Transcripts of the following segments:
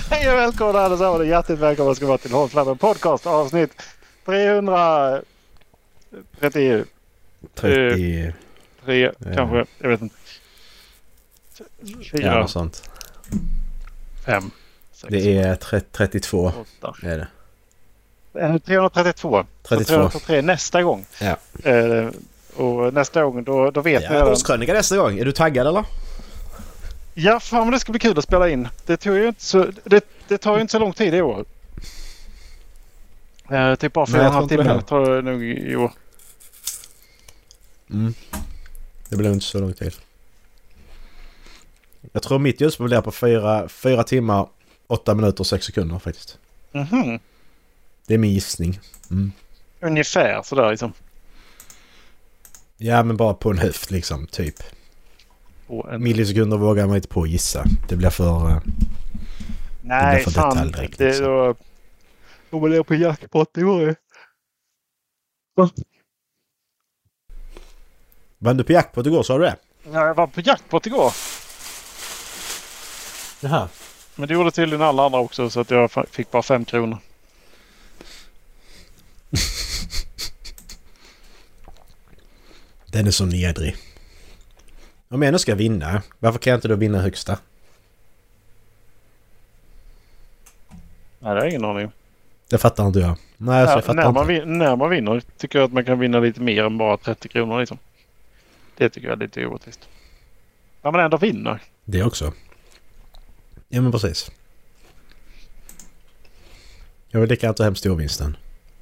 Hej och välkomna allesammans och hjärtligt välkomna ska vara till Håll Flabben Podcast avsnitt 330 30 3 kanske, jag vet inte. 4, ja, sånt. 5, 6, det är 32 8. är det. 332. 32. 333 nästa gång. Ja. Och nästa gång då vet ni Ja, årskrönika nästa gång. Är du taggad eller? Ja, fan men det ska bli kul att spela in. Det tar ju inte så lång tid i år. Typ bara 4,5 timmar tar det nog i år. Det blir inte så lång tid. Jag tror mitt ljusspel blir på 4 timmar 8 minuter och 6 sekunder faktiskt. Mhm. Det är min gissning. Ungefär sådär liksom. Ja, men bara på en höft liksom, typ. Millisekunder vågar man inte på att gissa. Det blir för... Nej, det blir för fan. detaljrikt, Det liksom. då... Kommer ner på jackpot i år. Vann du på jackpot igår, sa du det? Ja, jag var på jackpot igår. Jaha. Men det gjorde tydligen alla andra också så att jag fick bara 5 kronor. Den är så nedrig. Om jag ändå ska vinna, varför kan jag inte då vinna högsta? Nej, det är ingen aning. Det fattar inte jag. Nej, så jag fattar inte. När man vinner tycker jag att man kan vinna lite mer än bara 30 kronor liksom. Det tycker jag är lite orättvist. När man ändå vinner. Det också. Ja, men precis. Jag vill lika inte hem storvinsten.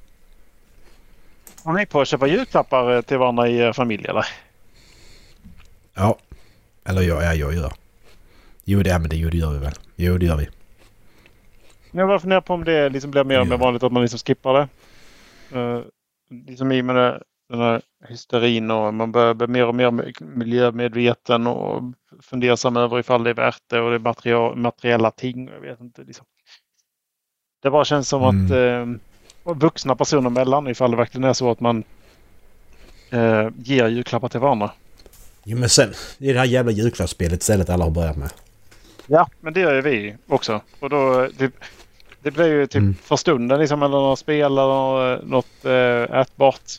Har ni på att köpa julklappar till varandra i er familj eller? Ja. Eller jag gör. Jo, det gör vi väl. Jo, det gör vi. Jag var funderar på om det liksom blir mer och mer vanligt att man liksom skippar det. Liksom i med den här hysterin och man börjar bli mer och mer miljömedveten och fundersam över ifall det är värt det och det är materiella ting. Jag vet inte liksom. Det bara känns som att vuxna personer mellan ifall det verkligen är så att man ger julklappar till varandra. Jo, men sen det är det här jävla julklappsspelet istället alla har börjat med. Ja, men det gör ju vi också. Och då det blir ju typ för stunden liksom, eller något spel eller något ätbart.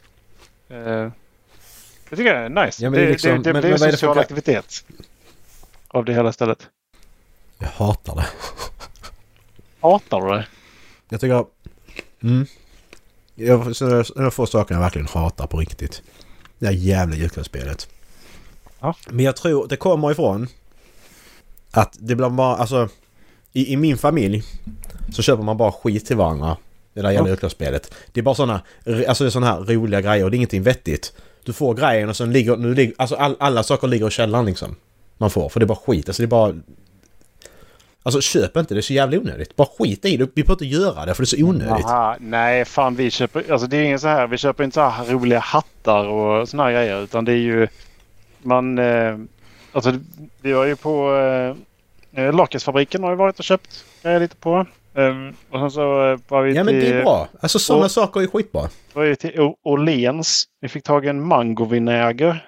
Det tycker jag är nice. Ja, men det blir en social aktivitet av det hela stället. Jag hatar det. Hatar du det? Jag tycker... Jag får saker jag verkligen hatar på riktigt. Det här jävla julklappsspelet. Ja. Men jag tror det kommer ifrån att det blir bara... Alltså, i min familj så köper man bara skit till varandra. Det där jävla julklappsspelet. Det är bara såna här roliga grejer och det är ingenting vettigt. Du får grejen och sen ligger alltså alla saker ligger i källaren liksom. Man får, för det är bara skit. Alltså det är bara... Alltså köp inte, det är så jävla onödigt. Bara skit i det. Vi får inte göra det för det är så onödigt. Aha, nej, fan vi köper... Alltså det är ingen så här... Vi köper inte så här roliga hattar och såna här grejer. Utan det är ju... Man... alltså vi var ju på... Lakesfabriken har ju varit och köpt grejer lite på. Och sen så var vi ja, men det är bra. Alltså sådana saker är skitbra. Var ju till Åhléns. Vi fick tag i en mangovinäger.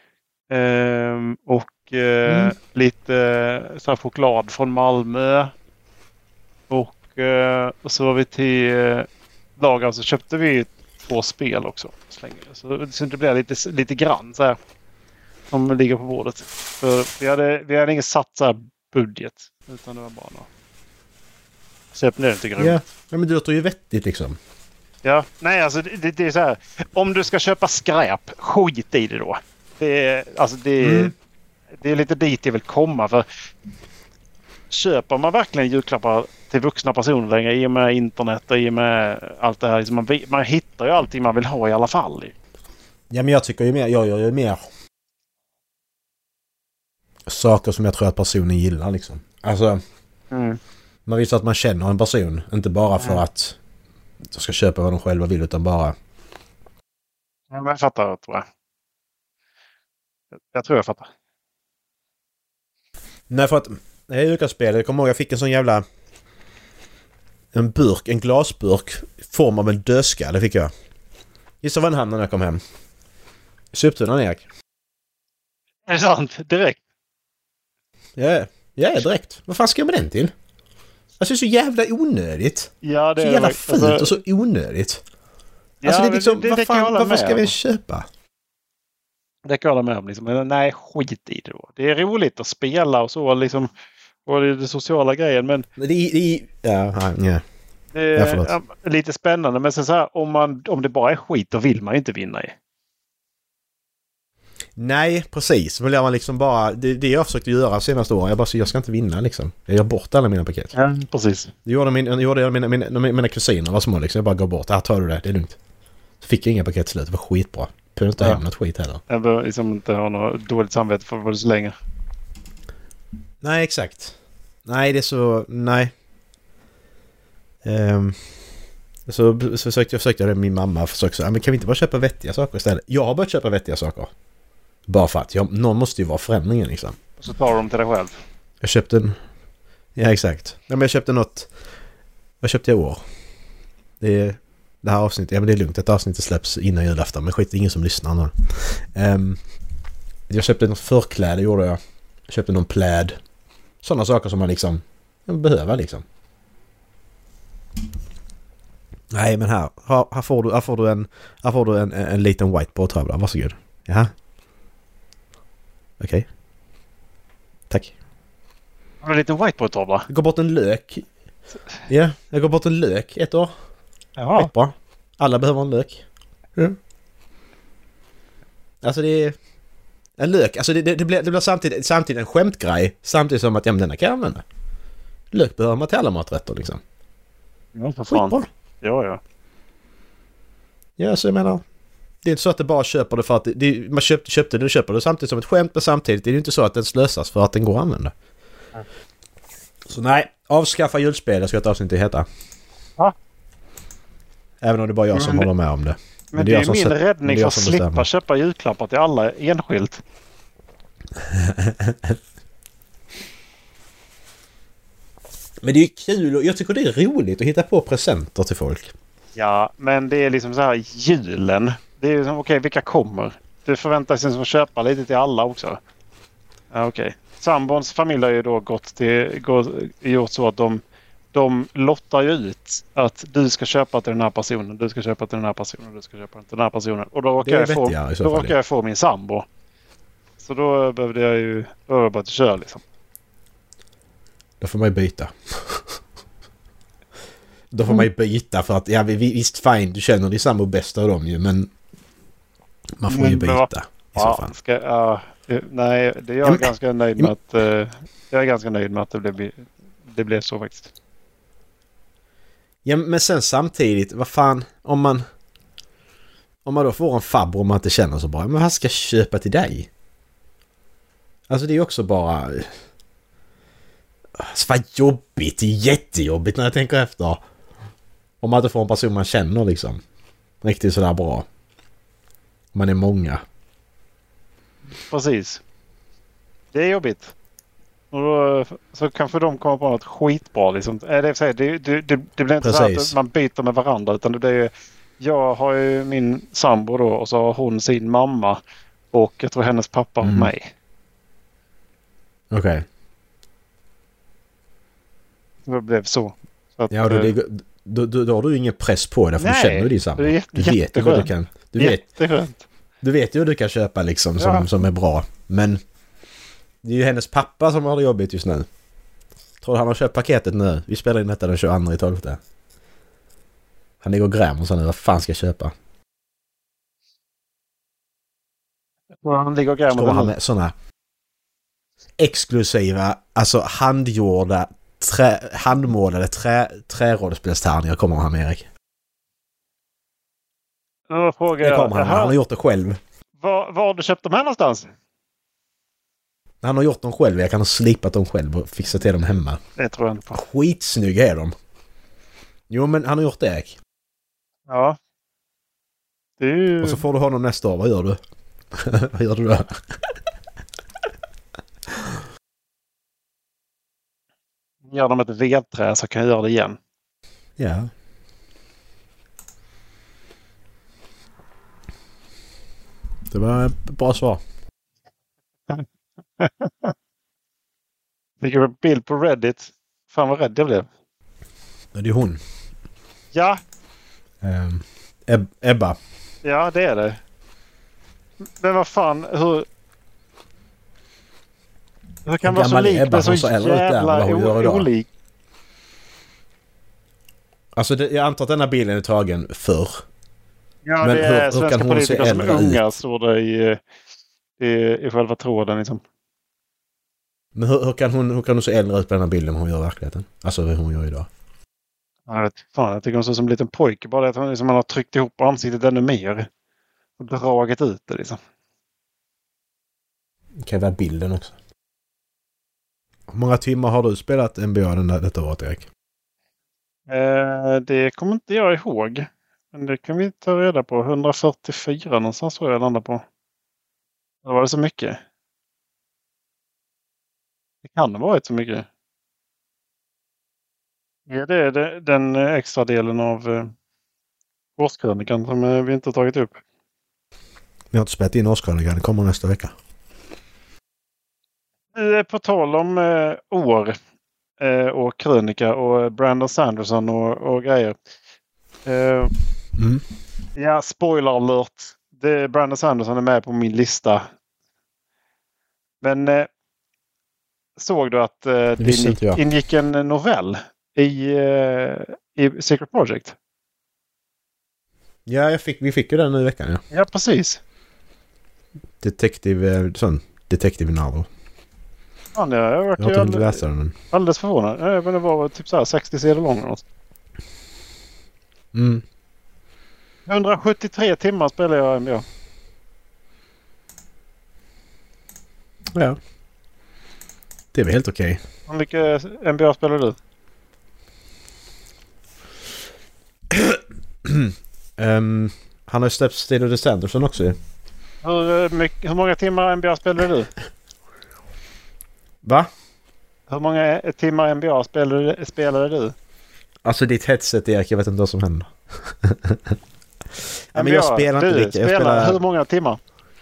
Och lite så här choklad från Malmö. Och så var vi till Lager så köpte vi 2 spel också. Så det blev lite grann så här. Som ligger på bordet. För vi hade ingen satt så här budget. Utan det var bara något. Köp ner inte grund. Ja, men det låter ju vettigt liksom. Ja, nej alltså det är så här. Om du ska köpa skräp, skit i det då. Det är lite dit jag vill komma. För köper man verkligen julklappar till vuxna personer längre i och med internet och i och med allt det här. Liksom man hittar ju allting man vill ha i alla fall. Ja, men jag tycker ju mer, jag gör ju mer saker som jag tror att personen gillar liksom. Alltså, man visar att man känner en person. Inte bara för att de ska köpa vad de själva vill utan bara... Ja, men jag fattar, tror jag. Jag tror jag fattar. Nej, för att när jag yrkade spelet, jag kommer ihåg jag fick en sån jävla... En glasburk i form av en dödskalle fick jag. Gissa vad den hamnade när jag kom hem. Soptunnan, Erik. Är det sant? Direkt? Ja, direkt. Vad fan ska jag med den till? Alltså det är så jävla onödigt. Ja, det så är jävla verkligen- fult och så onödigt. Alltså Ja, det är liksom, det vad kan jag fan, hålla varför med ska vi om. köpa? Det kan jag hålla med om. Liksom. Men nej, skit i det då. Det är roligt att spela och så. Liksom, och det är det sociala grejen. Men Ja. det Ja, är förlåt. lite spännande. Men sen så här, om det bara är skit, då vill man ju inte vinna i. Nej, precis. Men jag var liksom bara... Det jag försökte göra senaste åren. Jag ska inte vinna liksom. Jag gör bort alla mina paket. Ja, precis. Det gjorde mina kusiner var små liksom. Jag bara går bort. Här tar du det. Det är lugnt. Så fick jag inga paket slut. Det var skitbra. Behöver inte hem något skit heller. Jag behöver liksom inte ha något dåligt samvete för vad det så länge. Nej, exakt. Nej, det är så... Nej. Så försökte jag det med min mamma. Men kan vi inte bara köpa vettiga saker istället? Jag har börjat köpa vettiga saker. Bara för att någon måste ju vara förändringen liksom. Och så tar de till dig själv. Jag köpte en... Ja, exakt. Ja, men jag köpte något... Vad köpte jag i år? Det här avsnittet... Ja, men det är lugnt. Ett avsnitt släpps innan julafton. Men skit, det är ingen som lyssnar nu. Jag köpte något förkläde, gjorde jag. Jag köpte någon pläd. Sådana saker som man liksom... behöver liksom. Nej, men här får du en liten whiteboard-tavla. Varsågod. Jaha. Okej. Tack. Har du en liten whiteboard-tavla? Jag går bort en lök. Ja, jag går bort en lök ett år. Ja. Skitbra. Alla behöver en lök. Mm. Alltså det är... En lök. Alltså det blir samtidigt en skämtgrej. Samtidigt som att ja, men denna kan jag använda. Lök behöver man till alla maträtter liksom. Ja, för fan. Skitbra. Ja. Ja, så jag menar... Det är inte så att det bara köper det för att... man köpte det samtidigt som ett skämt, men samtidigt är det inte så att den slösas för att den går att använda. Mm. Så nej, avskaffa julspel ska ett avsnitt heta. Ja. Även om det är bara jag som håller med om det. Men det är som min räddning för jag att som slippa bestämmer. köpa julklappar till alla enskilt. Men det är kul och jag tycker det är roligt att hitta på presenter till folk. Ja, men det är liksom så här julen. Det är liksom, okej, vilka kommer? Det förväntas liksom köpa lite till alla också. Ja, okej. Sambons familj har ju då gjort så att de lottar ju ut att du ska köpa till den här personen, du ska köpa till den här personen, du ska köpa till den här personen. Och då råkar jag få min sambo. Så då behövde jag ju bara att köra liksom. Då får man ju byta. Då får man ju byta för att, ja visst fine, du känner dig sambo bäst av dem ju, men man får ju byta i så fall. Nej, det är jag ganska nöjd med att jag är ganska nöjd med att det blev så faktiskt. Ja, men sen samtidigt, vad fan, om man då får en farbror man inte känner så bra, men vad ska jag köpa till dig? Alltså det är också bara... Så vad jobbigt, det är jättejobbigt när jag tänker efter. Om man inte får en person man känner liksom. Riktigt sådär bra. Man är många. Precis. Det är jobbigt. Och då, så kanske de kommer på något skitbra liksom. Det blir inte så att man byter med varandra, utan det blir... Jag har ju min sambo då, och så har hon sin mamma. Och jag tror hennes pappa har mig. Okej. Det blev så. Att, ja, då har du ingen press på det, för du känner ju din sambo. Det är du vet ju vad du kan. Du vet ju vad du kan köpa liksom som är bra. Men det är ju hennes pappa som har det jobbigt just nu. Tror du han har köpt paketet nu? Vi spelar in detta den 22/12. Han ligger och grämer och så nu, vad fan ska jag köpa? Han ligger och grämer. Står han med sådana exklusiva, alltså handmålade trärollspelstärningar kommer han med, Erik. Då frågar han har gjort det själv. Var har du köpt dem här någonstans? Han har gjort dem själv. Jag kan ha slipat dem själv och fixat till dem hemma. Det tror jag inte på. Skitsnygga är de. Jo, men han har gjort det, Erik. Ja. Det är ju... Och så får du honom nästa år. Vad gör du? Vad gör du då? Gör de ett vedträ så kan jag göra det igen. Ja. Det var ett bra svar. Fick jag en bild på Reddit. Fan vad rädd jag blev. Det är hon. Ja. Ebba. Ja, det är det. Men vad fan, hur kan vara så lik men så jävla olik? Alltså jag antar att den här bilen är tagen förr. Ja, men det är svenska politiker som är unga, står det i själva tråden liksom. Men hur kan hon se äldre ut på den här bilden hon gör i verkligheten? Alltså hur hon gör idag. Jag tycker hon ser som en liten pojke. Bara det att hon liksom, man har tryckt ihop ansiktet ännu mer. Och dragit ut det liksom. Det kan vara bilden också. Hur många timmar har du spelat NBA detta året, Erik? Det kommer inte jag ihåg. Men det kan vi ta reda på. 144 någonstans tror jag landar på. Då var det så mycket. Det kan ha varit så mycket. Ja, det är den extra delen av årskrönikan som vi inte har tagit upp. Vi har inte spelat in årskrönikan. Det kommer nästa vecka. På tal om år och krönika och Brandon Sanderson och grejer. Ja, spoiler alert. Brandon Sanderson är med på min lista. Men såg du att det ingick en novell i Secret Project? Ja, vi fick ju den nu i veckan, ja. Ja, precis. Detective novel. Ja, jag har inte läst den. Alldeles förvånad. Men det var typ så här 60 sidor lång. 173 timmar spelar jag NBA. Ja. Det är väl helt okej. Hur mycket NBA spelar du? Han har ju släppt Still of the Sanderson också. Hur många timmar NBA spelar du? Va? Hur många timmar NBA spelade du? Alltså ditt headset, Erik, jag vet inte vad som händer. Ja, men jag spelar inte riktigt. Jag spelar... Hur många timmar?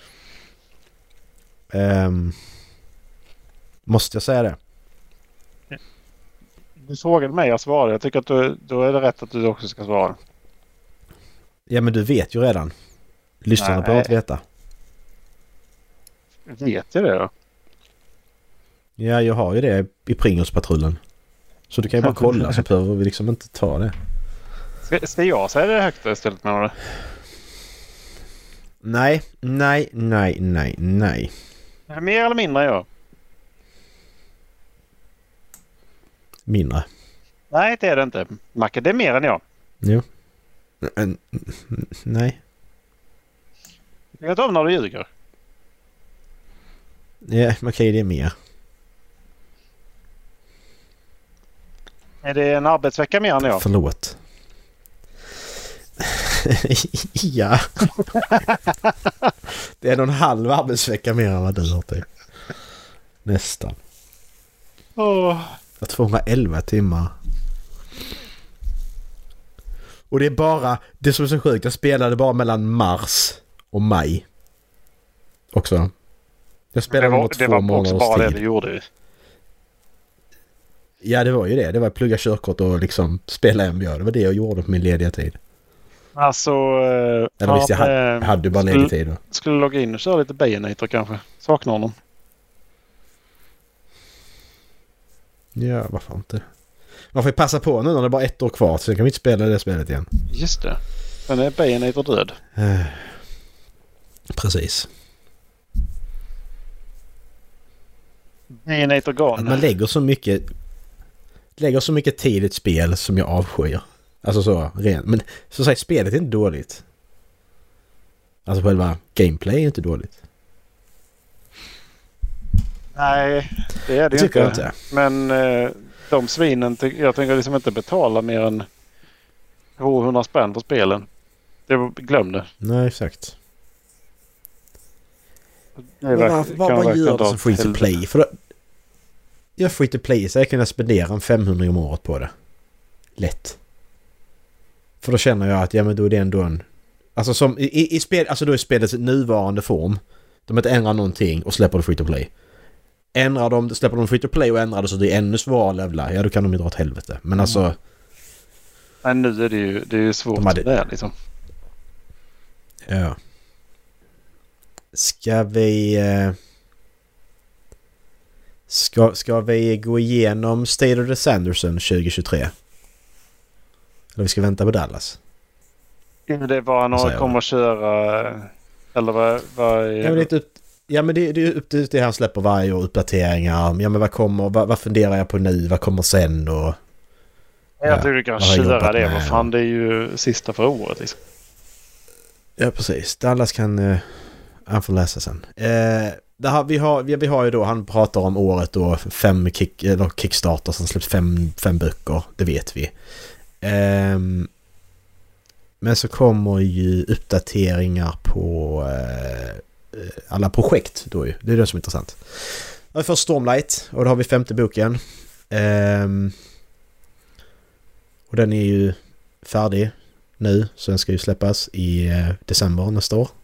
Måste jag säga det? Du frågade mig, jag svarade. Jag tycker att då är det rätt att du också ska svara. Ja, men du vet ju redan. Lyssnarna behöver inte veta. Vet jag det då? Ja, jag har ju det i Pringles-patrullen. Så du kan ju bara kolla så behöver vi liksom inte ta det. Ska jag säga det högt istället med det? Nej. Mer eller mindre jag? Mindre. Nej, det är det inte. Macke, det är mer än jag. Jo. Nej. Jag kan ta om när du ljuger. Ja, okej, det är mer. Är det en arbetsvecka mer än jag? Förlåt. Ja. Det är nog en halv arbetsvecka mer än vad du har till. Nästan. 211 timmar. Och det är bara, det som är så sjukt, jag spelade bara mellan mars och maj. Också. Jag spelade något 2 månaders tid. Det var också bara det du gjorde. Ja, det var ju det. Det var att plugga körkort och liksom spela NBA. Det var det jag gjorde på min lediga tid. Alltså... Eller visst, jag hade bara ledig tid då. Skulle logga in och köra lite Bayonetta kanske. Saknar honom. Ja, varför inte? Man får ju passa på nu när det är bara 1 år kvar. Så kan vi inte spela det spelet igen. Just det. Men är Bayonetta död? Precis. Bayonetta gone. Man lägger så mycket tid i ett spel som jag avskyr. Alltså så rent. Men så säger spelet är inte dåligt. Alltså själva gameplay är inte dåligt. Nej, det är det tycker inte. Jag inte. Men de svinen, jag tänker liksom inte betala mer än 200 spänn på spelen. Glöm det. Nej, exakt. Vad gör du som free to play? För jag free to play så jag kan spendera en 500 om året på det. Lätt. För då känner jag att ja, men då är det ändå en... Alltså som i spel, alltså då är spelets nuvarande form. De inte ändrar någonting och släpper det free to play. Släpper de free to play och ändrar det så det är ännu svårare levlar. Ja, då kan de ju dra åt helvete. Men alltså Men nu är det är ju svårt hade... det liksom. Ja. Ska vi... Ska vi gå igenom State of the Sanderson 2023? Eller vi ska vänta på Dallas? Det är bara några kommer att köra... Eller vad är... Ja, men det är upp till det han släpper varje år, uppdateringar. Ja, men vad funderar jag på nu? Vad kommer sen? Och, jag tror du kan köra det. Vad fan, det är ju sista för året liksom. Ja, precis. Dallas kan... han får läsa sen. Vi har ju då, han pratar om året då, 5 Kickstarter som släpps 5 böcker, det vet vi. Men så kommer ju uppdateringar på alla projekt då ju. Det är det som är intressant. Då har vi först Stormlight och då har vi 5:e boken. Och den är ju färdig nu, så den ska ju släppas i december nästa år.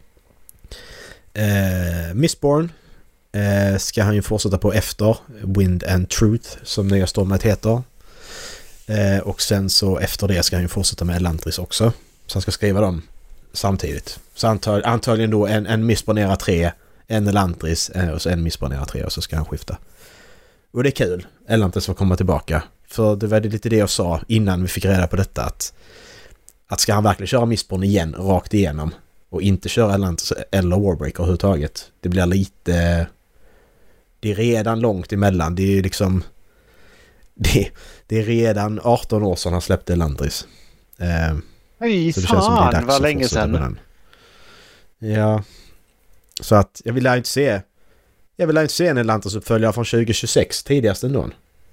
Mistborn ska han ju fortsätta på efter Wind and Truth som nya Stormlight heter. Och sen så efter det ska han ju fortsätta med Elantris också. Så han ska skriva dem samtidigt. Så antagligen då en Mistborn Era 3, en Elantris och så en Mistborn Era 3 och så ska han skifta. Och det är kul. Elantris får komma tillbaka. För det var lite det jag sa innan vi fick reda på detta, att ska han verkligen köra Mistborn igen rakt igenom och inte köra Elantris eller Warbreaker överhuvudtaget. Det blir lite... Det är redan långt emellan. Det är ju liksom... Det är redan 18 år sedan han släppte Elantris. Hej fan, vad länge sedan. Ja. Så att jag vill inte se en Elantris-uppföljare från 2026 tidigast ändå.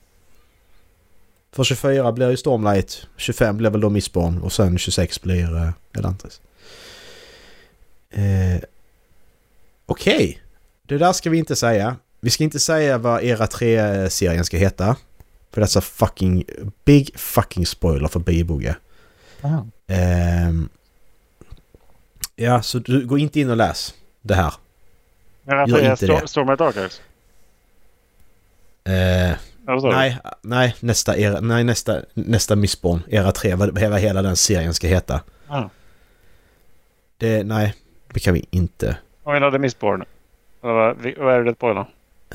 För 24 blir ju Stormlight, 25 blir väl då Mistborn och sen 26 blir Elantris. Okej. Det där ska vi inte säga. Vi ska inte säga vad Era 3-serien ska heta. För det är så big fucking spoiler för Bibogge. Ja, så du går inte in och läs det här. Gör inte det. Stormlight Archives? Nej, nästa Mistborn, Era 3, vad hela den serien ska heta. Nej, det kan vi inte. Vad menar du Mistborn? Vad är det på då?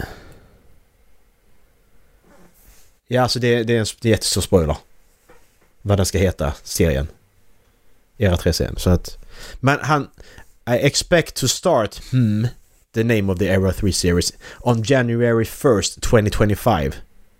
Ja, alltså det är en jättestor spoiler. Vad den ska heta, serien. Era 3-serien. Så att... Men I expect to start the name of the Era 3 series on January 1st, 2025.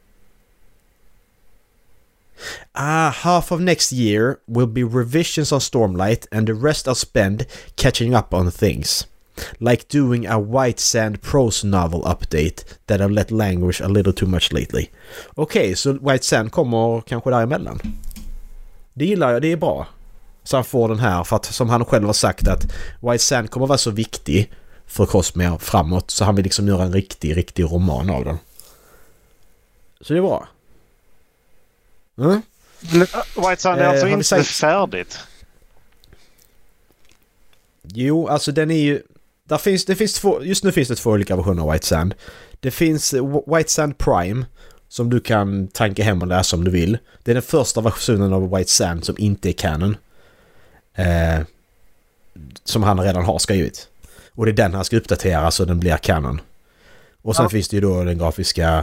Half of next year will be revisions on Stormlight and the rest are spent catching up on things. Like doing a White Sand prose novel update that I've let languish a little too much lately. Okej, så White Sand kommer kanske däremellan. Det gillar jag, det är bra. Så han får den här, för att som han själv har sagt att White Sand kommer vara så viktig för Cosmere framåt, så han vill liksom göra en riktig roman av den. Så det är bra. White Sand är alltså inte färdigt. Jo, alltså den är ju... Det finns två, just nu finns det 2 olika versioner av White Sand. Det finns White Sand Prime som du kan tanka hem och läsa om du vill. Det är den första versionen av White Sand som inte är canon. Som han redan har skrivit. Och det är den han ska uppdatera så den blir canon. Och sen finns det ju då den grafiska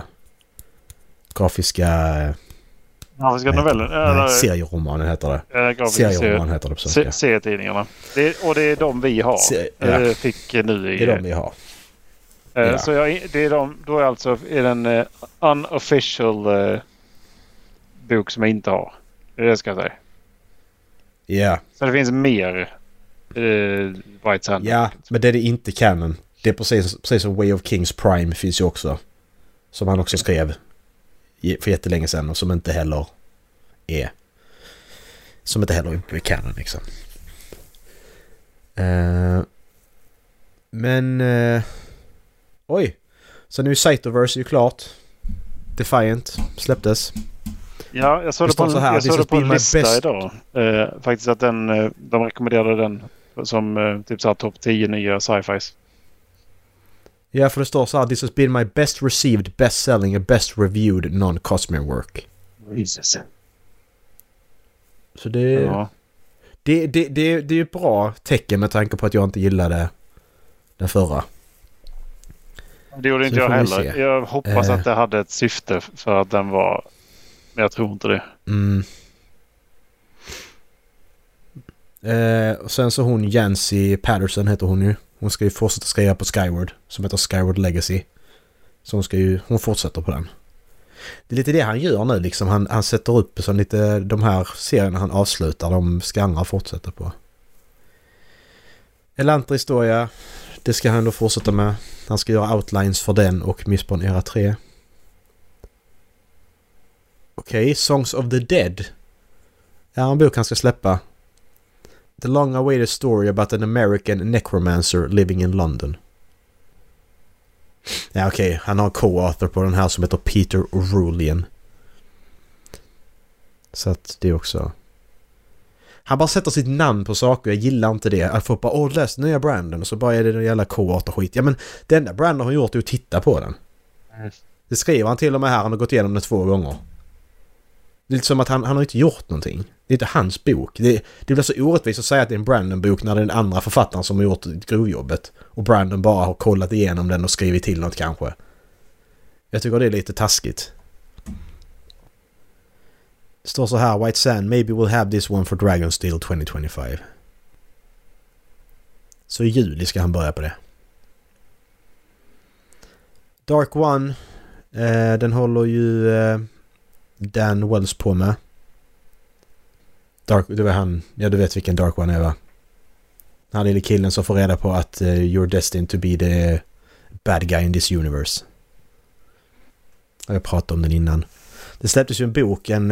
novellen. Serieromanen heter det. Serieromanen heter det på svenska. Serietidningarna. Och det är de vi har. Fick nu i... Det är de vi har. Så det är de, då är alltså den unofficial bok som jag inte har. Det ska jag säga. Ja. Så det finns mer White Sand. Ja, men det är inte canon. Det är precis som Way of Kings Prime finns ju också. Som han också skrev för jättelänge sedan och som inte heller är canon liksom. Oj. Så nu är Cytoverse ju klart. Defiant släpptes. Ja, jag såg det på en lista idag. Faktiskt att de rekommenderade den som typ så här topp 10 nya sci-fis. Ja, för det står så här: This has been my best received, best selling and best reviewed non-Cosmere work. Jesus. Så det är ju ett bra tecken med tanke på att jag inte gillade den förra. Det gjorde inte jag heller. Jag hoppas att det hade ett syfte för att den var... Men jag tror inte det. Och sen så hon Jancy Patterson heter hon ju. Hon ska ju fortsätta skriva på Skyward. Som heter Skyward Legacy. Så hon fortsätter på den. Det är lite det han gör nu liksom. Han sätter upp så lite de här serierna han avslutar. De ska andra fortsätta på. Elantra Historia. Det ska han då fortsätta med. Han ska göra outlines för den och Mistborn Era 3. Okej, Songs of the Dead. Ja, en bok han ska släppa. The long-awaited story about an American necromancer living in London. Ja, okej. Han har en co-author på den här som heter Peter O'Rulian. Så att det är också... Han bara sätter sitt namn på saker. Jag gillar inte det. Att få bara, läs nya Brandon. Och så bara är det en jävla co-author skit. Ja, men den enda Brandon har gjort är att titta på den. Det skriver han till och med här. Han har gått igenom den 2 gånger. Det är lite som att han har inte gjort någonting. Det är inte hans bok. Det blir så orättvist att säga att det är en Brandon-bok när det är den andra författaren som har gjort grovjobbet. Och Brandon bara har kollat igenom den och skrivit till något kanske. Jag tycker det är lite taskigt. Det står så här. White Sand, maybe we'll have this one for Dragonsteel 2025. Så i juli ska han börja på det. Dark One. Den håller ju... Dan Wells på med. Det var han. Ja, du vet vilken Dark One är, va? Han lille killen som får reda på att you're destined to be the bad guy in this universe. Jag pratade om den innan. Det släpptes ju en bok, en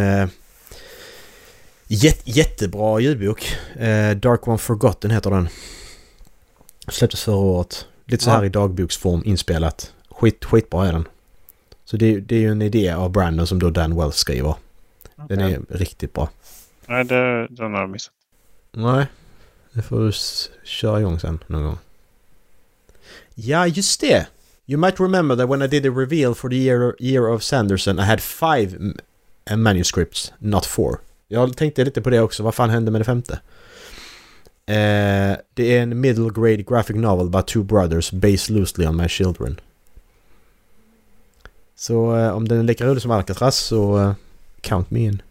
jättebra ljudbok. Dark One Forgotten heter den. Släpptes förra året. Lite så här i dagboksform inspelat. Skitbra är den. Så det är ju en idé av Brandon som då Dan Wells skriver. Den är riktigt bra. Nej, den har jag missat. Nej, det får du köra igång sen någon gång. Ja, just det. You might remember that when I did the reveal for the year of Sanderson I had 5 manuscripts, not 4. Jag tänkte lite på det också. Vad fan hände med det 5:e? Det är en middle grade graphic novel about 2 brothers based loosely on my children. Så om den är lika rolig som Alcatraz så count me in.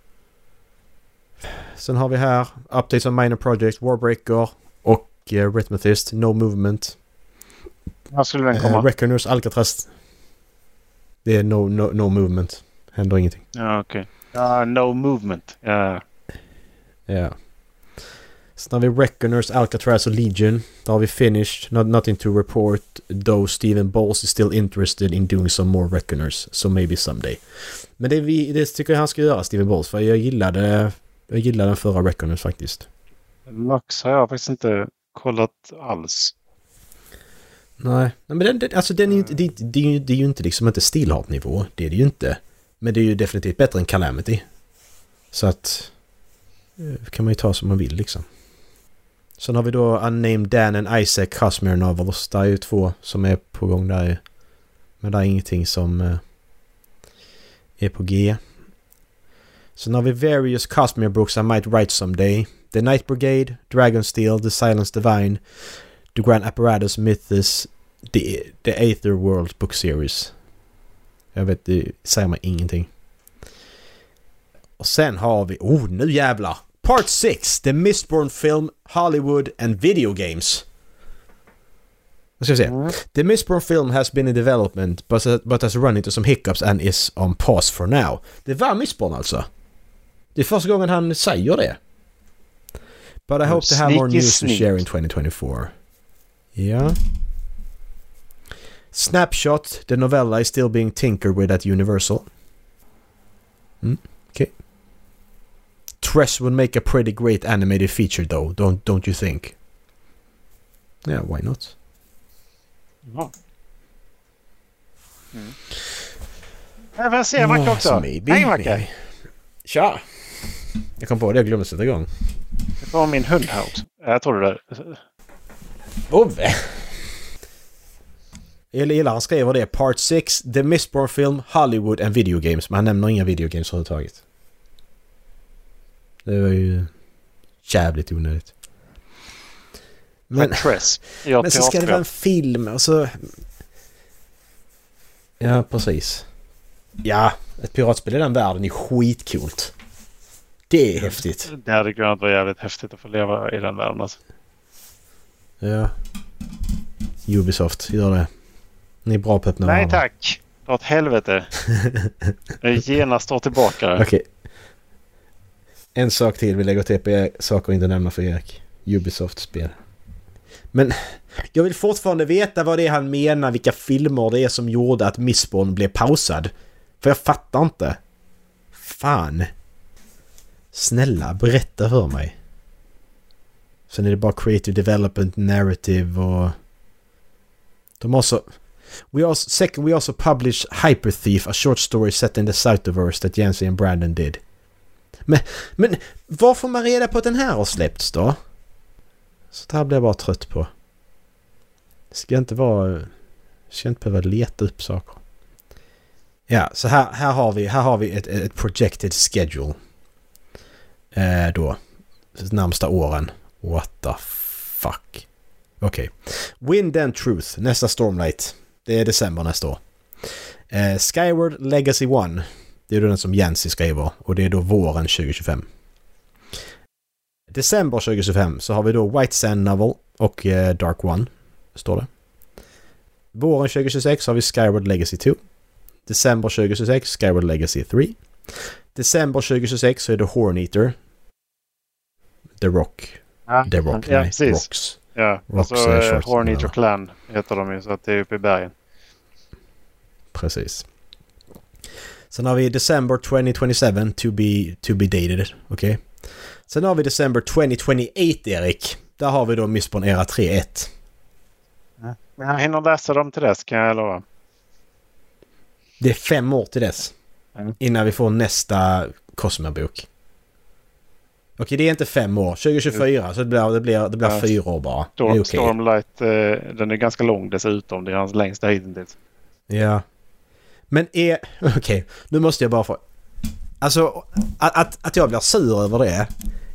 Sen har vi här Updates on Minor Project, Warbreaker och Rhythmathist, No Movement. När skulle den komma? Reckoners, Alcatraz. Det är no movement. Händer ingenting. Ja, okej. Ja, no movement. Ja. Ja. Sen har vi Reckoners, Alcatraz och Legion. Där har vi finished. Nothing to report. Though Stephen Bowles is still interested in doing some more Reckoners. So maybe someday. Men det tycker jag han ska göra, Stephen Bowles. För jag gillade den förra Reckoners faktiskt. Lux har jag faktiskt inte kollat alls. Nej, men den är ju inte, det är ju inte liksom inte Steelheart-nivå. Det är det ju inte. Men det är ju definitivt bättre än Calamity. Så att kan man ju ta som man vill liksom. Sen har vi då Unnamed Dan and Isaac Cosmere Novels. Det är ju 2 som är på gång där. Men det är ingenting som är på G. Sen har vi Various Cosmere Books I Might Write Someday. The Night Brigade, Dragonsteel, The Silence Divine, The Grand Apparatus Mythos, The Aether World Book Series. Jag vet, det säger mig ingenting. Och sen har vi... nu jävlar! Part 6, The Mistborn Film, Hollywood and Video Games. Vad ska jag säga? The Mistborn Film has been in development but has run into some hiccups and is on pause for now. Det var Mistborn alltså. Det är första gången han säger det. But I hope to have more news to share in 2024. Ja. Snapshot, the novella is still being tinkered with at Universal. Okay. Tress would make a pretty great animated feature though, don't you think? Yeah, why not? Ja. Jag vill se Macke också. Hej Macke. Tja. Jag kom på det, jag glömde sätta igång. Det var min hund här också. Jag tror det där. Ove. Jag gillar han skriver det. Part 6, The Mistborn Film, Hollywood and Video Games. Men han nämner inga video games överhuvudtaget. Det var ju jävligt onödigt. Men så ska det vara en film och så... Ja, precis. Ja, ett piratspel i den världen är skitcoolt. Det är häftigt. Det hade kunnat vara jävligt häftigt att få leva i den världen alltså. Ja. Ubisoft, gör det. Ni är bra på öppna. Nej tack. Dra åt helvete. Jag genast står tillbaka. Okej. En sak till. Vi lägger till på saker inte nämna för Erik. Ubisoft-spel. Men jag vill fortfarande veta vad det är han menar. Vilka filmer det är som gjorde att Mistborn blev pausad. För jag fattar inte. Fan. Snälla, berätta för mig. Sen är det bara creative development, narrative och... De har så... We also published Hyper Thief, a short story set in the Cytoverse that Jancy and Brandon did. Men var får man reda på att den här har släppts då? Så det här blir jag bara trött på. Det ska inte behöva leta upp saker. Ja, så här har vi ett projected schedule. Då. Närmsta åren. What the fuck. Okej. Wind and Truth. Nästa Stormlight. Det är december nästa år. Skyward Legacy 1. Det är då den som Jancy skriver. Och det är då våren 2025. December 2025 så har vi då White Sand Novel och Dark One. Står det. Våren 2026 har vi Skyward Legacy 2. December 2026 Skyward Legacy 3. December 2026 så är det Horneater. The Rock. Ja, precis. Rocks. Ja, Rocks alltså Horneater Clan heter de ju, så att det är uppe i bergen. Precis. Sen har vi December 2027 to be dated. Okej. Sen har vi December 2028, Erik. Där har vi då Mistborn Era 3.1. Men jag hinner läsa dem till dess, kan jag lova. Det är 5 år till dess. Innan vi får nästa Cosmere-bok. Okej, det är inte 5 år. 2024, så det blir 4 år bara. Det är okay. Stormlight, den är ganska lång dessutom. Det är hans längsta hittills. Ja. Men okej, nu måste jag bara få... Alltså, att jag blir sur över det.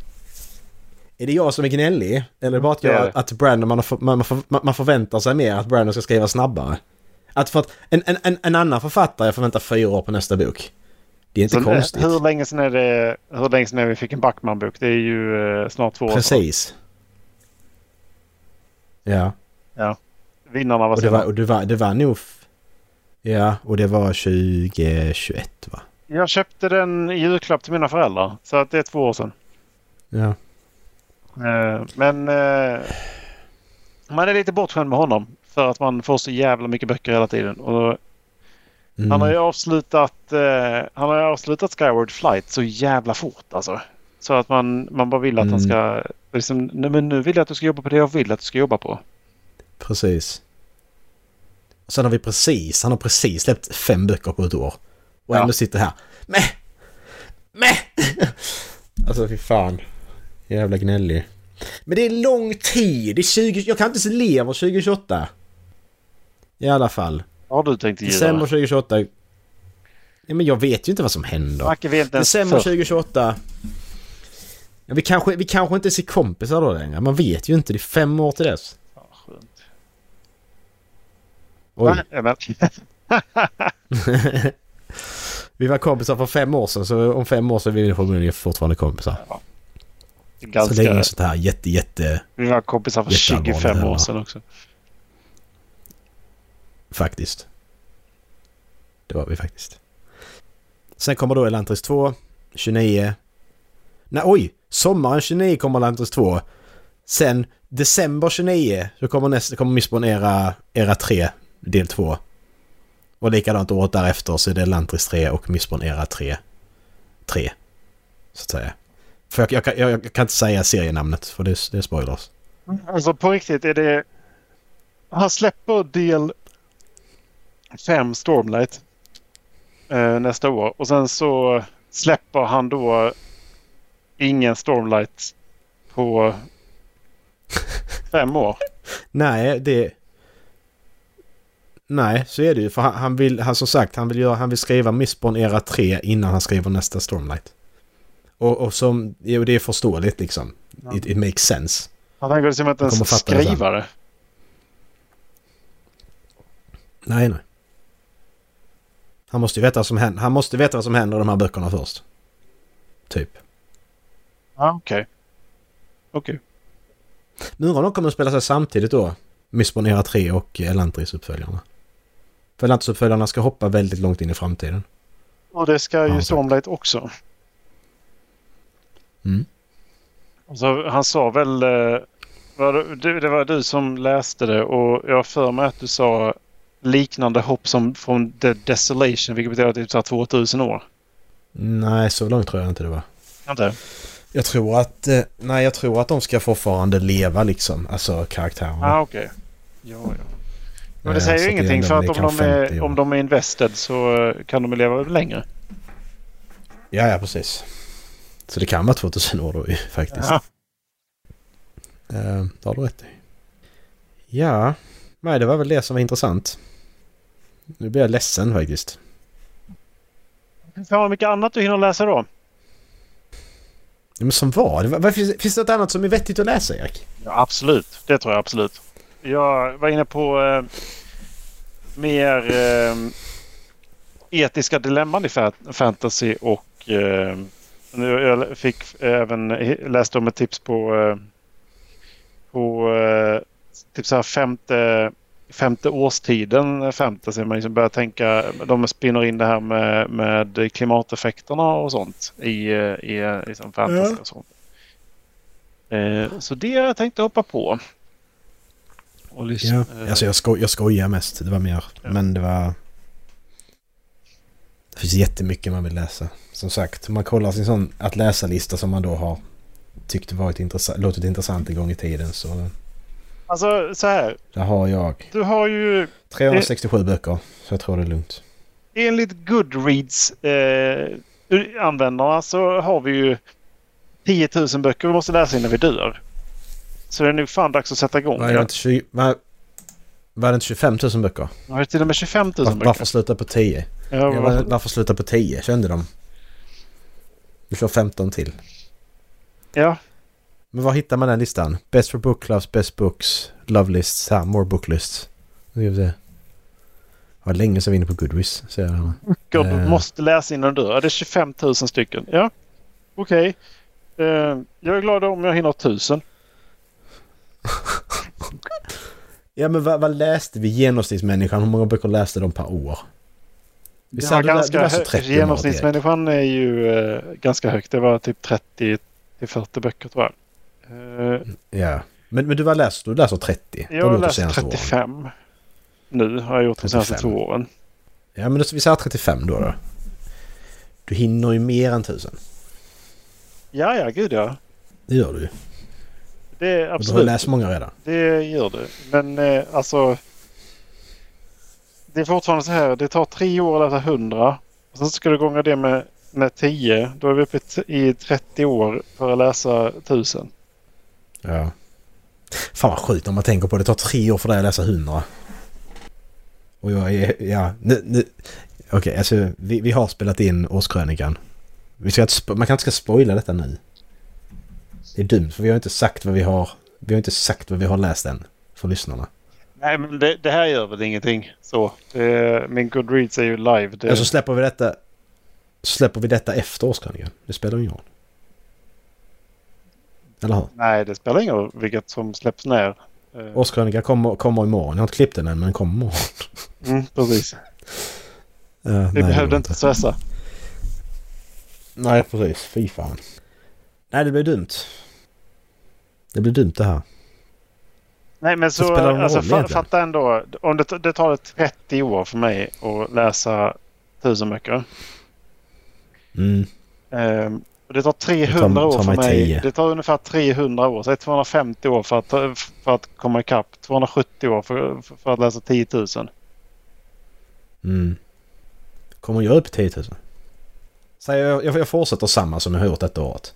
Är det jag som är gnällig? Eller bara att Brandon, man förväntar sig mer att Brandon ska skriva snabbare? Att för att en annan författare förväntar 4 år på nästa bok. Det är inte så konstigt. Hur länge sedan är vi fick en Backman-bok? Det är ju snart 2 år. Precis. Ja. Ja. Vinnarna var sedan. Och det var nog... Ja, och det var 2021, va? Jag köpte den i julklapp till mina föräldrar. Så att det är 2 år sedan. Ja. Men man är lite bortskämd med honom. För att man får så jävla mycket böcker hela tiden. Och han har ju avslutat Skyward Flight så jävla fort alltså. Så att man bara vill att han ska... Liksom, men nu vill jag att du ska jobba på det jag vill att du ska jobba på. Precis. Och sen har han har precis släppt 5 böcker på ett år. Och ändå sitter här. Mäh! Alltså fy fan. Jävla gnällig. Men det är lång tid. Det är jag kan inte se leva 2028. I alla fall. Har du tänkt december 2028. Ja, men jag vet ju inte vad som händer. December 2028. Ja, vi kanske inte ser kompisar då längre. Man vet ju inte. Det är 5 år till dess. Ja, skönt. Oj. Vi var kompisar för 5 år sedan. Så om 5 år så är vi förmodligen fortfarande kompisar. Ja. Så länge är sånt här jätte... Vi var kompisar för 25 år sedan också. Faktiskt. Det var vi faktiskt. Sen kommer då Elantris 2. 29. Sommaren 29 kommer Elantris 2. Sen december 29 så kommer Mistborn Era 3 del 2. Och likadant året därefter så är det Elantris 3 och Mistborn Era 3. Så att säga. För jag kan inte säga serienamnet för det är spoilers. Alltså på riktigt är det... Han släpper del 5 Stormlight nästa år. Och sen så släpper han då ingen Stormlight på 5 år. Nej, så är det ju. För han vill skriva Mistborn Era 3 innan han skriver nästa Stormlight. Och som, jo, det är förståeligt liksom. Ja. It makes sense. Han tänker liksom inte ens skriva det. Nej. Han måste ju veta vad som händer. Han måste veta vad som händer i de här böckerna först. Typ. Ja, okej. Nu undrar om de kommer att spela sig samtidigt då. Mistborn Era 3 och Elantris-uppföljarna. För Elantris-uppföljarna ska hoppa väldigt långt in i framtiden. Och det ska ju Stormlight också. Mm. Alltså, han sa väl... det var du som läste det och jag för mig att du sa liknande hopp som från The Desolation, vilket betyder typ så 2000 år. Nej, så långt tror jag inte det var. Inte? Jag tror att de ska fortfarande leva liksom, alltså karaktärerna. Okej. Ja. Men det säger ju ingenting för att om de är invested så kan de leva längre. Ja, precis. Så det kan vara 2000 år då faktiskt. Ja. Det har du rätt i. Ja, nej, det var väl det som var intressant. Nu blir jag ledsen faktiskt. Vad mycket annat du hinner läsa då? Ja, men som vad? Finns det något annat som är vettigt att läsa, Erik? Ja, absolut. Det tror jag absolut. Jag var inne på mer etiska dilemman i fantasy och jag fick även läst om ett tips på typ så här femte årstiden fantasy. Man liksom börjar tänka, de spinner in det här med klimateffekterna och sånt i som fantasy och sånt. Så det jag tänkte hoppa på. Och lyssna. Ja, alltså jag skojar mest. Det var mer, men det finns jättemycket man vill läsa. Som sagt, om man kollar sin sån att läsa-lista som man då har tyckt låtit intressant en gång i tiden så... Alltså så här. Det har jag. Du har ju 367 böcker, så jag tror det är lugnt. Enligt Goodreads användarna så har vi ju 10 000 böcker vi måste läsa innan vi dör. Så det är nu fan dags att sätta igång. Var det inte 25 000 böcker? Var det till och med 25 000 böcker? Varför sluta på 10? Varför sluta på 10? Kände de? Vi får 15 till. Ja. Men var hittar man den listan? Best for book clubs, best books, love lists, more book lists. Det var länge sedan vi är inne på Goodreads. Du måste läsa innan du dör. Det är 25 000 stycken. Ja, okej. Jag är glad om jag hinner 1000. Ja, men vad läste vi genomsnittsmänniskan? Hur många böcker läste de per år? Genomsnittsmänniskan är ju ganska högt. Det var typ 30-40 böcker tror jag. Ja, men du läser 30? Jag har läst 35. Nu har jag gjort de senaste 2 åren. Ja, men vi säger 35 då. Du hinner ju mer än 1000. Ja, gud ja. Det gör du ju. Det är absolut. Du har läst många redan. Det gör du. Men alltså... Det är fortfarande så här. Det tar 3 år att läsa 100. Och sen ska du gånga det med 10. Då är vi uppe i 30 år för att läsa 1000. Ja. Fan vad sjukt om man tänker på det. Det tar 3 år för dig att läsa 100. Och jag är... Ja, okej, alltså vi har spelat in årskrönikan. Man kan inte spoila detta nu. Det är dumt för vi har inte sagt vad vi har läst än för lyssnarna. Nej, men det här gör väl ingenting. Så min Goodreads är ju live. Alltså släpper vi detta efter årskrönikan. Det spelar ingen roll. Eller hur? Nej, det spelar ingen roll vilket som släpps ner. Årskrönikan kommer imorgon. Jag har inte klippt den än, men den kommer imorgon. Precis. Vi behövde inte stressa. Nej, precis. Fy fan. Nej, det blir dumt. Det blir dumt det här. Nej, men så alltså, fatta ändå. Om det tar 30 år för mig att läsa 1000 böcker. Och det tar 300 år för mig. 10. Det tar ungefär 300 år. Så det är 250 år för att komma ikapp. 270 år för att läsa 10 000. Kommer jag upp 10 000? Så jag fortsätter samma som jag har gjort detta året.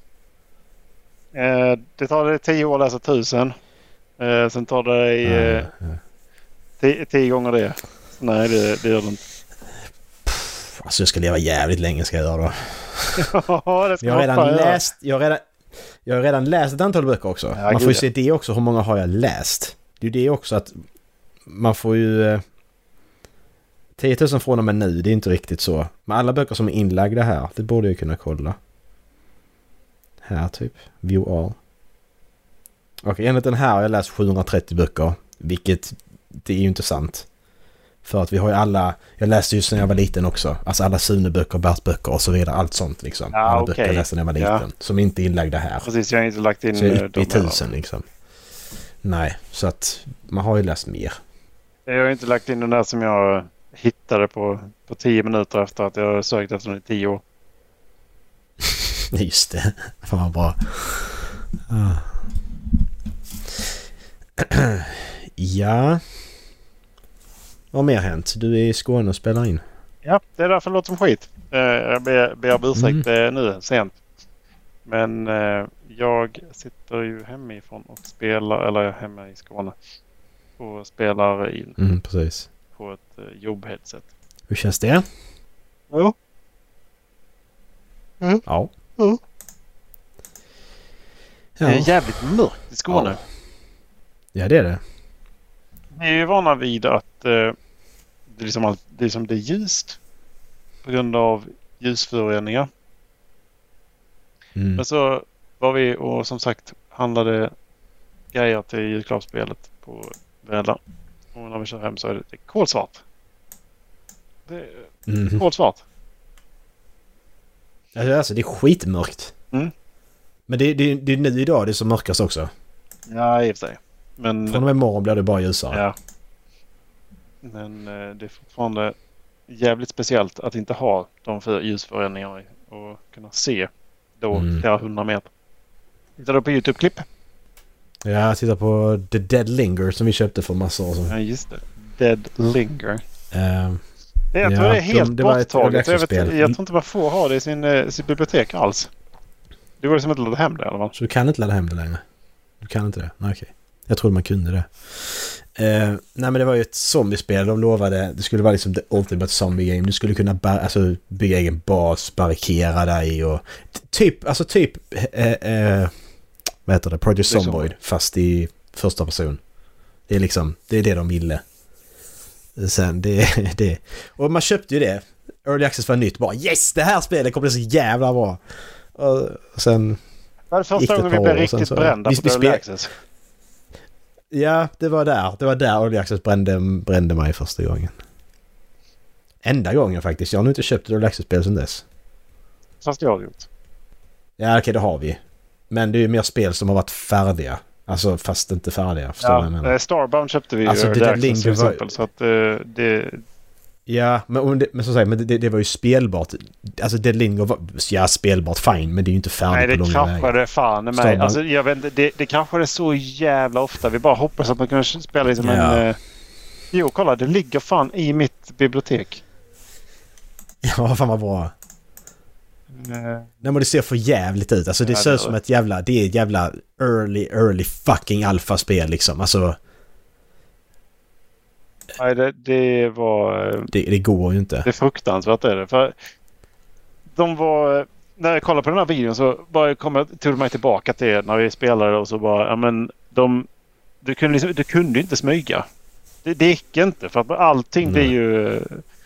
Det tar 10 år att läsa 1000. Sen tar det 10 gånger det. Så nej, det gör det inte. Alltså jag ska leva jävligt länge ska jag göra då. Ja, det ska Jag har redan man fan läst... Jag har redan läst ett antal böcker också. Ja, Man får ju gud, se det också. Hur många har jag läst? Det är ju det också att man får ju... 10 000 från och med nu, det är inte riktigt så. Men alla böcker som är inlagda här, det borde jag kunna kolla. Här typ. View all. Okej, enligt den här har jag läst 730 böcker. Vilket, det är ju inte sant. För att vi har ju alla... Jag läste just när jag var liten också. Alltså alla Sune-böcker, Bert-böcker och så vidare. Allt sånt liksom. Ja, alla okej. böcker jag läste när jag var liten. Ja. Som inte är inlagda här. Precis, jag har inte lagt in... Så jag är uppe i de här. 1000 liksom. Nej, så att man har ju läst mer. Jag har inte lagt in den där som jag hittade på 10 minuter efter att jag sökt efter den i 10 år. Just det. Fan vad bra. Ja. Vad har mer hänt? Du är i Skåne och spelar in. Ja, det är därför det låter som skit. Jag ber om ursäkt nu, sent. Men jag sitter ju hemifrån och spelar, eller hemma i Skåne. Och spelar in Precis. på ett jobbheadset. Hur känns det? Jo. Ja. Det är jävligt mörkt i Skåne. Ja, det är det. Vi är ju vana vid att det är ljust på grund av ljusföroreningar. Men så var vi och som sagt handlade grejer till julklappsspelet på Välla. Och när vi kör hem så är det kolsvart. Det är kolsvart. Alltså det är skitmörkt. Men det är nu idag det är så mörkast också. Ja, i och för sig. Men från och med imorgon blir det bara ljusare. Ja. Men det är fortfarande jävligt speciellt att inte ha de för ljusförändringarna och kunna se då flera 100 meter. Tittar du på YouTube-klipp? Ja, jag tittar på The Dead Linger som vi köpte för massor år sedan. Ja, just det. Dead Linger. Jag tror ja, det är helt borttaget. Jag tror inte man får ha det i sitt bibliotek alls. Du var liksom inte ladda hem det eller vad? Så du kan inte ladda hem det längre? Du kan inte det? Nej, okej. Jag trodde man kunde det. Nej, men det var ju ett zombiespel. De lovade, det skulle vara liksom the ultimate zombie game. Du skulle kunna bygga egen bas, barrikera dig och typ vad heter det? Project Zomboid fast i första person. Det är liksom, det är det de ville. Sen det. Och man köpte ju det. Early Access var nytt. Bara yes, det här spelet kommer bli så jävla bra. Och sen var det första gången vi blev riktigt brända på Early Access? Ja, det var där Early Access brände mig första gången. Enda gången faktiskt. Jag har nog inte köpt ett Early Access-spel sedan dess. Fast jag har gjort. Ja, okej, det har vi. Men det är ju mer spel som har varit färdiga. Alltså fast inte färdiga. Ja, Starbound köpte vi alltså, Early Access till exempel. Så att det... Ja, men så säger det var ju spelbart. Alltså Dead Linger var spelbart fine, men det är ju inte färdigt på långa vägar. Nej, det kraschade fan med mig. Alltså, jag vet inte, det kraschade så jävla ofta. Vi bara hoppas att man kan spela liksom en... Jo, kolla, det ligger fan i mitt bibliotek. Ja, fan vad bra. Nej, men det ser för jävligt ut. Alltså det ser ut som det är ett jävla early fucking alfa-spel liksom. Alltså... Nej, det var... Det går ju inte. Det är fruktansvärt är det. För de var... När jag kollade på den här videon så bara tog mig tillbaka till när vi spelade och så bara... Ja, men du kunde inte smyga. Det gick inte för att allting det är ju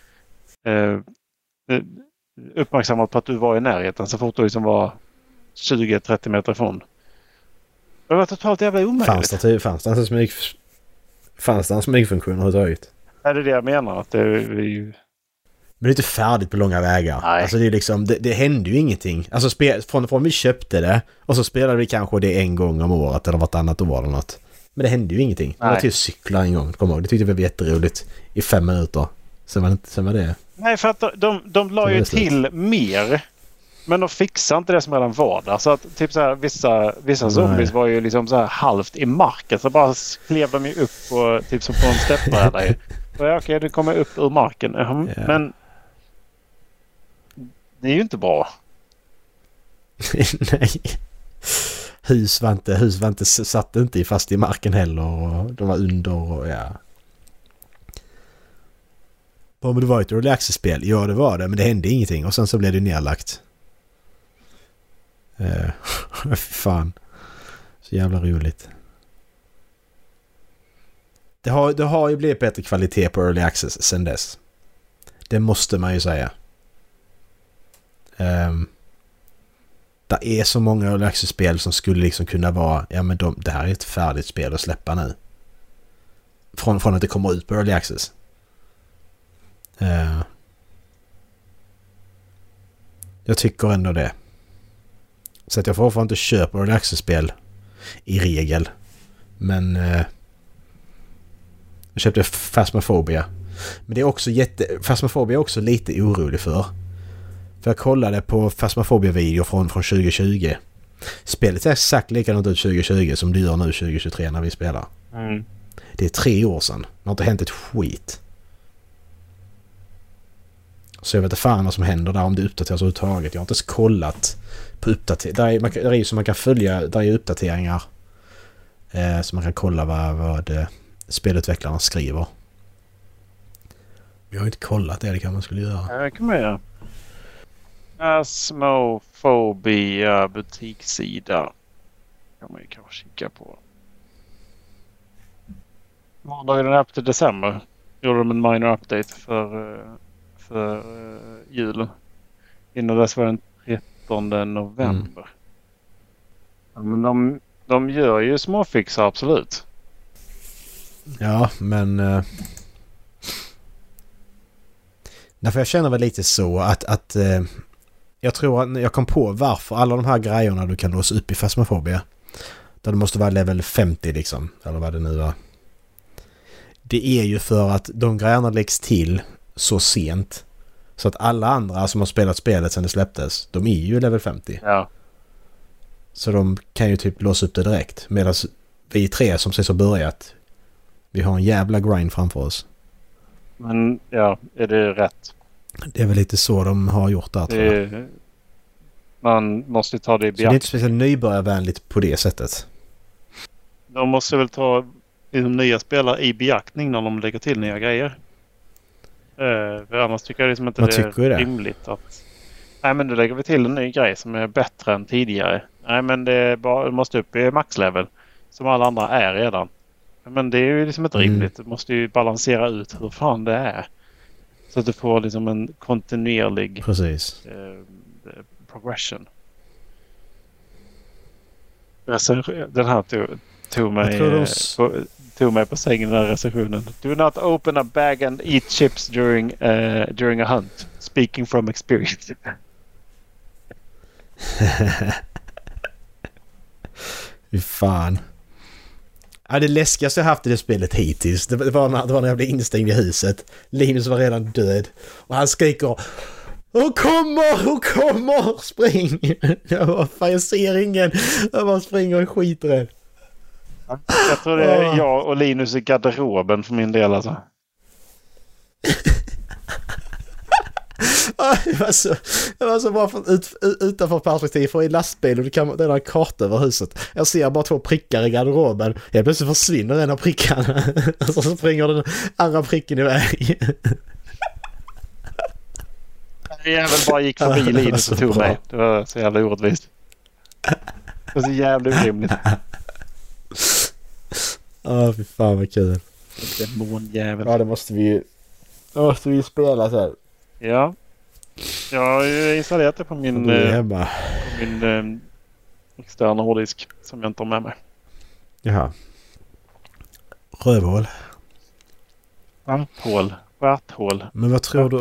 uppmärksammat på att du var i närheten så fort du liksom var 20-30 meter ifrån. Det var totalt jävla omöjligt. Fanns det en smygfunktion överhuvudtaget? Är det jag menar? Att det är ju... Men det är inte färdigt på långa vägar. Nej. Alltså det är liksom, det hände ju ingenting. Alltså från vi köpte det och så spelade vi kanske det en gång om året eller vartannat år eller något. Men det hände ju ingenting. Det var till att cykla en gång. Kom ihåg. Det tyckte vi var jätteroligt i 5 minuter. Sen var det... Nej, för att de la ju till mer. Men de fixade inte det som redan var där. Så att typ så här, vissa zombies var ju liksom så här halvt i marken. Så bara klev de ju upp på, typ som på en steppbräda. Så okej, det kommer upp ur marken. Men det är ju inte bra. Nej. Hus var inte satt inte fast i marken heller. Och de var under och ja. Men det var ett Early Access-spel. Ja, det var det. Men det hände ingenting. Och sen så blev det nedlagt. Fan. Så jävla roligt. Det har ju blivit bättre kvalitet på Early Access sen dess. Det måste man ju säga. Det är så många Early Access-spel som skulle liksom kunna vara, ja men det här är ett färdigt spel att släppa nu. Från att det kommer ut på Early Access. Jag tycker ändå det. Så att jag får inte köpa Early Access-spel i regel. Men jag köpte Phasmophobia. Men det är också Phasmophobia är också lite orolig för. För jag kollade på Phasmophobia-video från 2020. Spelet är exakt likadant ut 2020 som det gör nu 2023 när vi spelar. Mm. Det är 3 år sedan. Det har inte hänt ett skit. Så jag vet inte fan vad som händer där om det uppdateras överhuvudtaget. Jag har inte ens kollat på uppdateringar. Där är ju så man kan följa, där är uppdateringar. Så man kan kolla vad spelutvecklarna skriver. Jag har inte kollat det kan man skulle göra. Det kan man göra. Phasmophobia butikssida. Kan man ju kanske kika på. Måndagen den upp till december gjorde de en minor update för jul. Innan dess var den 13 november. Men de gör ju småfixar absolut. Ja, men därför jag känner väl lite så att jag tror att jag kom på varför alla de här grejerna du kan låsa upp i Phasmophobia, där det måste vara level 50 liksom, eller vad det nu var. Det är ju för att de grejerna läggs till så sent så att alla andra som har spelat spelet sedan det släpptes, de är ju level 50. Ja. Så de kan ju typ låsa upp det direkt. Medan vi 3 som precis har börjat, vi har en jävla grind framför oss. Men ja, är det rätt? Det är väl lite så de har gjort där, tror jag. Man måste ta det i beaktning. Så det är inte speciellt nybörjarvänligt på det sättet. De måste väl ta liksom, nya spelare i beaktning när de lägger till nya grejer. För annars tycker jag liksom inte det är rimligt att... Nej, men då lägger vi till en ny grej som är bättre än tidigare. Nej, men det måste upp i maxlevel. Som alla andra är redan. Men det är ju liksom inte rimligt. Du måste ju balansera ut hur fan det är. Så att du får liksom en kontinuerlig progression. Den här tog mig på sängen, den här recensionen. Do not open a bag and eat chips during a hunt. Speaking from experience. Fy fan. Ja, det läskigaste jag haft i det spelet hittills, det var när jag blev instängd i huset. Linus var redan död. Och han skriker: Hon kommer! Spring! Jag ser ingen. Jag bara springer och skiter. Jag tror det är jag och Linus i garderoben för min del alltså. Det var så bra utanför perspektiv, för i lastbilen du kan den här karta över huset. Jag ser bara 2 prickar i garderoben. Jag plötsligt försvinner en av prickarna. Och så springer den andra pricken iväg. Jag bara gick förbi Linus och tog mig. Det var så jävla orättvist. Det var så jävla orimligt. Fy fan vad kul. Demonjävel. Ja, det måste vi spela så här. Ja. Jag har installerat det på min externa hårddisk som jag inte har med mig. Jaha. Rövhål. Skärthål. Men vad tror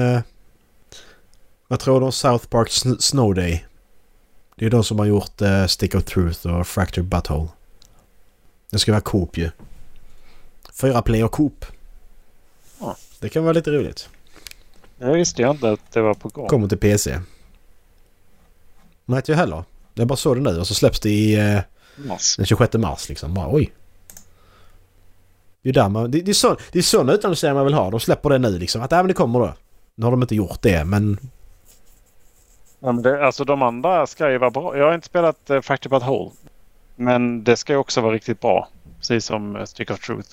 du om South Park Snow Day? Det är de som har gjort Stick of Truth och Fractured Butthole. Det ska vara coop ju. 4 player coop. Ja. Det kan vara lite roligt. Jag visste ju inte att det var på gång. Kommer till PC. Men vet jag heller. Jag bara såg det nu och så släpps det i den 26 mars liksom. Bara, oj. Det är sån utannonsering man vill ha. De släpper det nu liksom. Att men det kommer då. Nu har de inte gjort det, men... Ja, men alltså de andra ska ju vara bra. Jag har inte spelat Fractured Butthole. Men det ska ju också vara riktigt bra. Precis som Stick of Truth.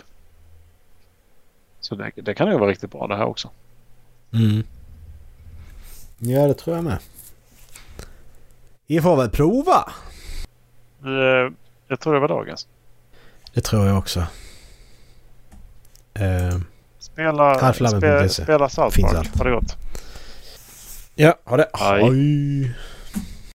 Så det kan ju vara riktigt bra det här också. Ja, det tror jag med. Vi får väl prova. Jag tror det var dagens. Det tror jag också. Spela South Finns Park. allt. Har det gått? Ja, har det. Aj. Oj.